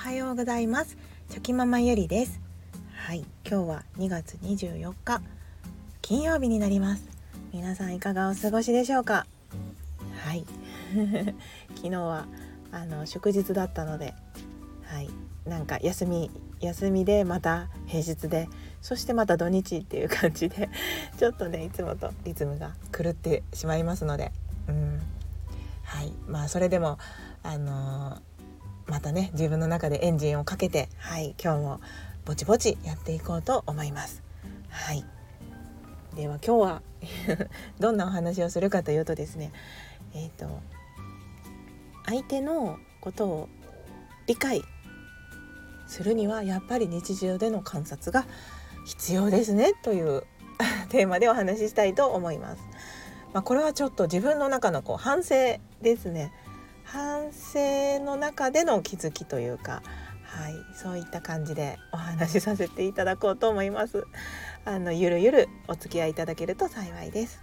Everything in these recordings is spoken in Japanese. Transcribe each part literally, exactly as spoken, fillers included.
はようございます。チョキママゆりです。はい、今日はにがつにじゅうよっか金曜日になります。皆さんいかがお過ごしでしょうか。はい昨日はあの祝日だったので、はい、なんか休み休みでまた平日で、そしてまた土日っていう感じでちょっとねいつもとリズムが狂ってしまいますので、うんはい、まあそれでもあのー、またね自分の中でエンジンをかけて、はい、今日もぼちぼちやっていこうと思います。はい、では今日はどんなお話をするかというとですね、えーと相手のことを理解するにはやっぱり日常での観察が必要ですねというテーマでお話ししたいと思います。まあ、これはちょっと自分の中のこう反省ですね。反省の中での気づきというか、はい、そういった感じでお話しさせていただこうと思います。あのゆるゆるお付き合いいただけると幸いです。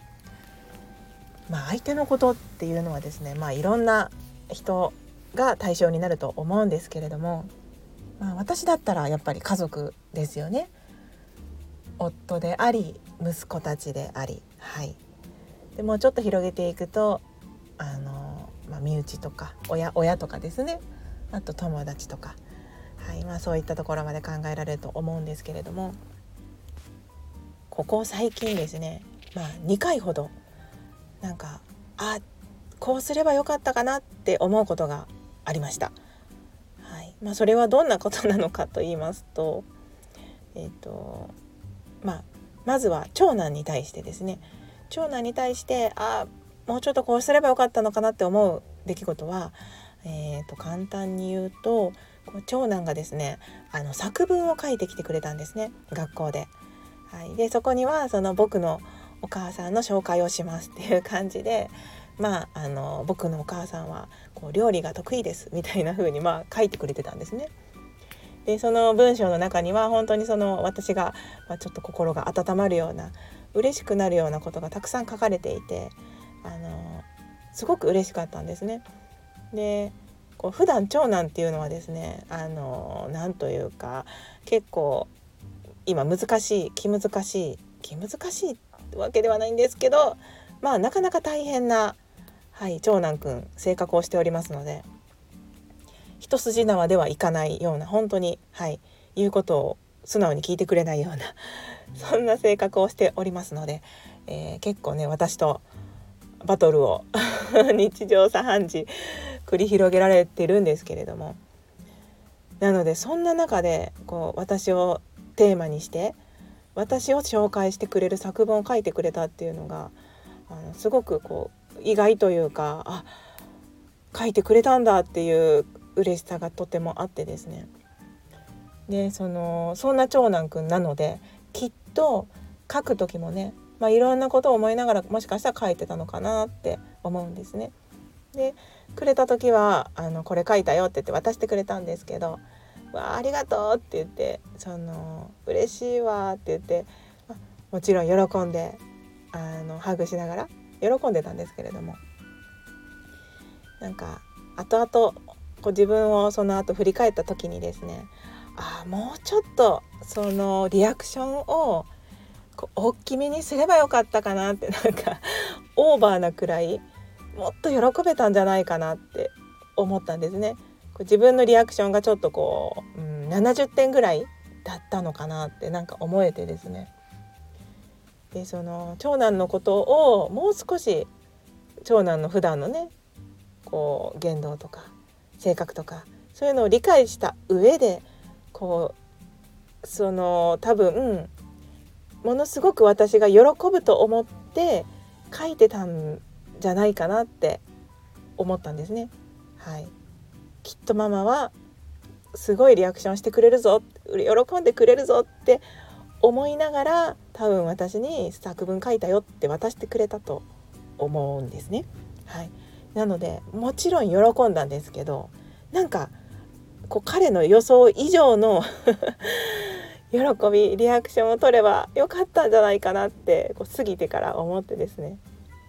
まあ、相手のことっていうのはですね、まあ、いろんな人が対象になると思うんですけれども、まあ、私だったらやっぱり家族ですよね。夫であり息子たちであり、はい、でもうちょっと広げていくとあの、まあ、身内とか 親, 親とかですね、あと友達とか、はいまあ、そういったところまで考えられると思うんですけれども、ここ最近ですね、まあ、にかいほどなんかあこうすればよかったかなって思うことがありました。はいまあ、それはどんなことなのかと言いますと、えーとまあ、まずは長男に対してですね、長男に対してあもうちょっとこうすればよかったのかなって思う出来事は、えーと簡単に言うと、長男がですねあの作文を書いてきてくれたんですね、学校で。はい、でそこにはその僕のお母さんの紹介をしますっていう感じで、まあ、あの僕のお母さんはこう料理が得意ですみたいな風にまあ書いてくれてたんですね。でその文章の中には本当にその私が、まあ、ちょっと心が温まるような嬉しくなるようなことがたくさん書かれていて、あのすごく嬉しかったんですね。でこう普段長男っていうのはですね、あのなんというか結構今難しい気難しい気難しいわけではないんですけど、まあなかなか大変な、はい、長男くん性格をしておりますので、一筋縄ではいかないような、本当に、はい、言うことを素直に聞いてくれないようなそんな性格をしておりますので、えー、結構ね私とバトルを日常茶飯事繰り広げられてるんですけれども、なのでそんな中でこう私をテーマにして私を紹介してくれる作文を書いてくれたっていうのがあのすごくこう意外というか、あ書いてくれたんだっていう嬉しさがとてもあってですね。でそのそんな長男くんなのできっと書く時もね、まあ、いろんなことを思いながらもしかしたら書いてたのかなって思うんですね。でくれた時はあのこれ書いたよって言って渡してくれたんですけど、わあ、ありがとうって言って、その嬉しいわって言って、まあ、もちろん喜んであのハグしながら喜んでたんですけれども、なんか後々こう自分をその後振り返った時にですね、あもうちょっとそのリアクションをこう大きめにすればよかったかなって、なんかオーバーなくらいもっと喜べたんじゃないかなって思ったんですね。こう自分のリアクションがちょっとこう、うん、ななじゅってんぐらいだったのかなってなんか思えてですね。でその長男のことをもう少し長男の普段のねこう言動とか性格とかそういうのを理解した上でこうその多分ものすごく私が喜ぶと思って書いてたんじゃないかなって思ったんですね。はい、きっとママはすごいリアクションしてくれるぞ、喜んでくれるぞって思いながら多分私に作文書いたよって渡してくれたと思うんですね。はい、なのでもちろん喜んだんですけど、なんかこう彼の予想以上の喜びリアクションを取ればよかったんじゃないかなってこう過ぎてから思ってですね、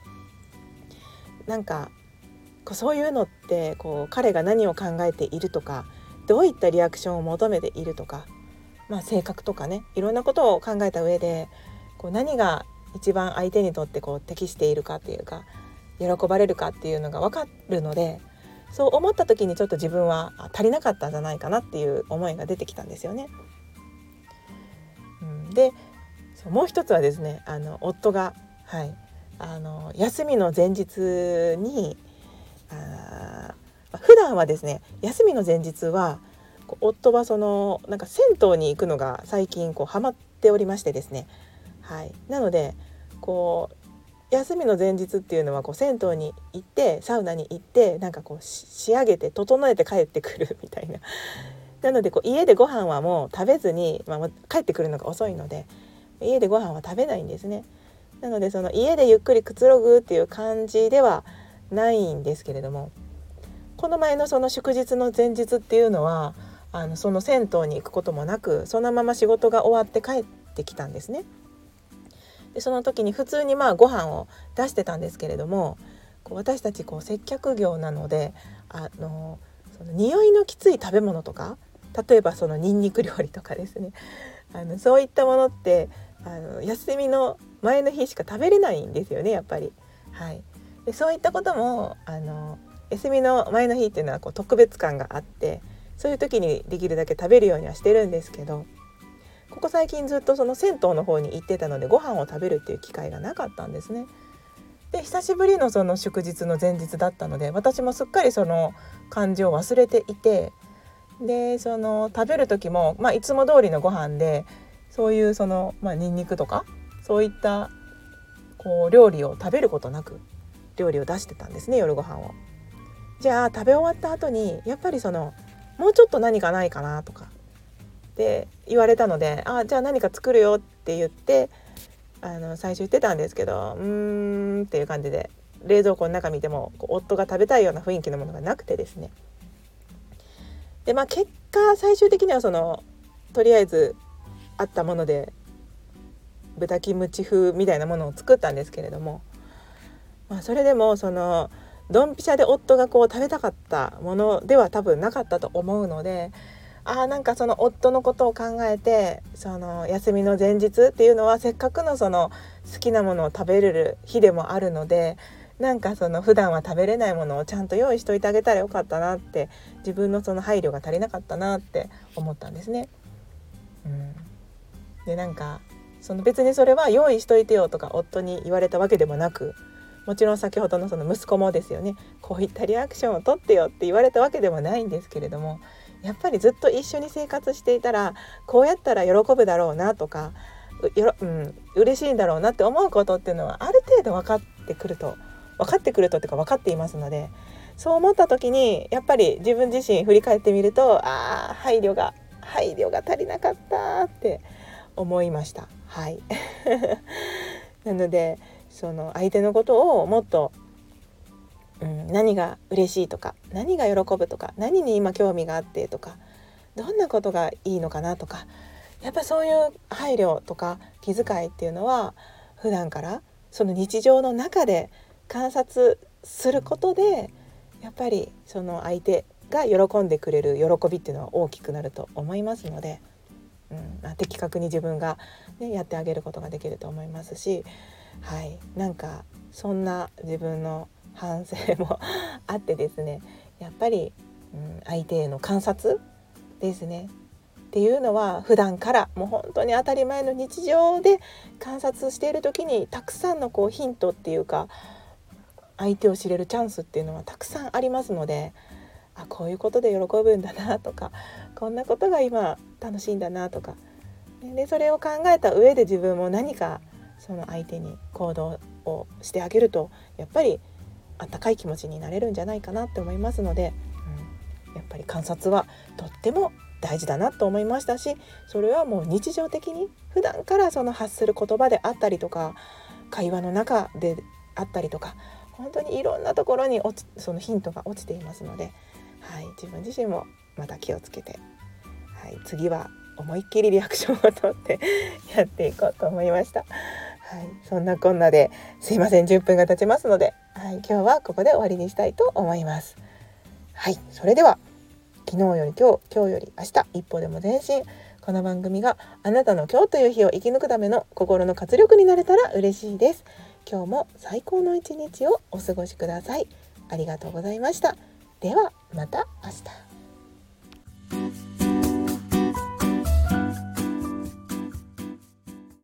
なんかこうそういうのってこう彼が何を考えているとかどういったリアクションを求めているとか、まあ、性格とかね、いろんなことを考えた上でこう何が一番相手にとってこう適しているかっていうか喜ばれるかっていうのが分かるので、そう思った時にちょっと自分は足りなかったんじゃないかなっていう思いが出てきたんですよね。うん、でそうもう一つはですね、あの夫が、はい、あの休みの前日にあ普段はですね、休みの前日はこう夫はそのなんか銭湯に行くのが最近こうハマっておりましてですね、はい、なのでこう休みの前日っていうのはこう銭湯に行ってサウナに行ってなんかこう仕上げて整えて帰ってくるみたいな。なのでこう家でご飯はもう食べずに、まあ、帰ってくるのが遅いので家でご飯は食べないんですね。なのでその家でゆっくりくつろぐっていう感じではないんですけれども、この前のその祝日の前日っていうのはあのその銭湯に行くこともなくそのまま仕事が終わって帰ってきたんですね。でその時に普通にまあご飯を出してたんですけれども、こう私たちこう接客業なのであのその匂いのきつい食べ物とか、例えばそのニンニク料理とかですね、あのそういったものってあの休みの前の日しか食べれないんですよね、やっぱり。はい、でそういったこともあの休みの前の日っていうのはこう特別感があって、そういう時にできるだけ食べるようにはしてるんですけど、ここ最近ずっとその銭湯の方に行ってたのでご飯を食べるっていう機会がなかったんですね。で久しぶりのその祝日の前日だったので私もすっかりその感じを忘れていて、でその食べる時も、まあ、いつも通りのご飯でそういうその、まあ、ニンニクとかそういったこう料理を食べることなく料理を出してたんですね、夜ご飯を。じゃあ食べ終わった後にやっぱりそのもうちょっと何かないかなとかって言われたので、あじゃあ何か作るよって言ってあの最初言ってたんですけど、うーんっていう感じで冷蔵庫の中見ても夫が食べたいような雰囲気のものがなくてですね。でまあ結果最終的にはそのとりあえずあったもので豚キムチ風みたいなものを作ったんですけれども、まあ、それでもそのドンピシャで夫がこう食べたかったものでは多分なかったと思うので、あなんかその夫のことを考えてその休みの前日っていうのはせっかくのその好きなものを食べれる日でもあるので、なんかその普段は食べれないものをちゃんと用意しといてあげたらよかったなって、自分のその配慮が足りなかったなって思ったんですね。うん、でなんかその別にそれは用意しといてよとか夫に言われたわけでもなく、もちろん先ほどのその息子もですよね、こういったリアクションをとってよって言われたわけでもないんですけれども、やっぱりずっと一緒に生活していたらこうやったら喜ぶだろうなとかうよろ、うん、嬉しいんだろうなって思うことっていうのはある程度分かってくると分かってくるとっていうか分かっていますので、そう思った時にやっぱり自分自身振り返ってみると、ああ配慮が配慮が足りなかったって思いました。はいなのでその相手のことをもっと、うん、何が嬉しいとか何が喜ぶとか何に今興味があってとかどんなことがいいのかなとか、やっぱそういう配慮とか気遣いっていうのは普段からその日常の中で観察することでやっぱりその相手が喜んでくれる喜びっていうのは大きくなると思いますので、うんまあ、的確に自分が、ね、やってあげることができると思いますし、はい、なんかそんな自分の反省もあってですね、やっぱり、うん、相手への観察ですねっていうのは普段からもう本当に当たり前の日常で観察している時にたくさんのこうヒントっていうか相手を知れるチャンスっていうのはたくさんありますので、あこういうことで喜ぶんだなとかこんなことが今楽しいんだなとかで、それを考えた上で自分も何かその相手に行動をしてあげるとやっぱりあったかい気持ちになれるんじゃないかなって思いますので、うん、やっぱり観察はとっても大事だなと思いましたし、それはもう日常的に普段からその発する言葉であったりとか会話の中であったりとか本当にいろんなところに落ちそのヒントが落ちていますので、はい、自分自身もまた気をつけて、はい、次は思いっきりリアクションをとってやっていこうと思いました。はい、そんなこんなですいませんじゅっぷんが経ちますので、はい、今日はここで終わりにしたいと思います。はい、それでは昨日より今日、今日より明日、一歩でも前進。この番組があなたの今日という日を生き抜くための心の活力になれたら嬉しいです。今日も最高の一日をお過ごしください。ありがとうございました。ではまた明日。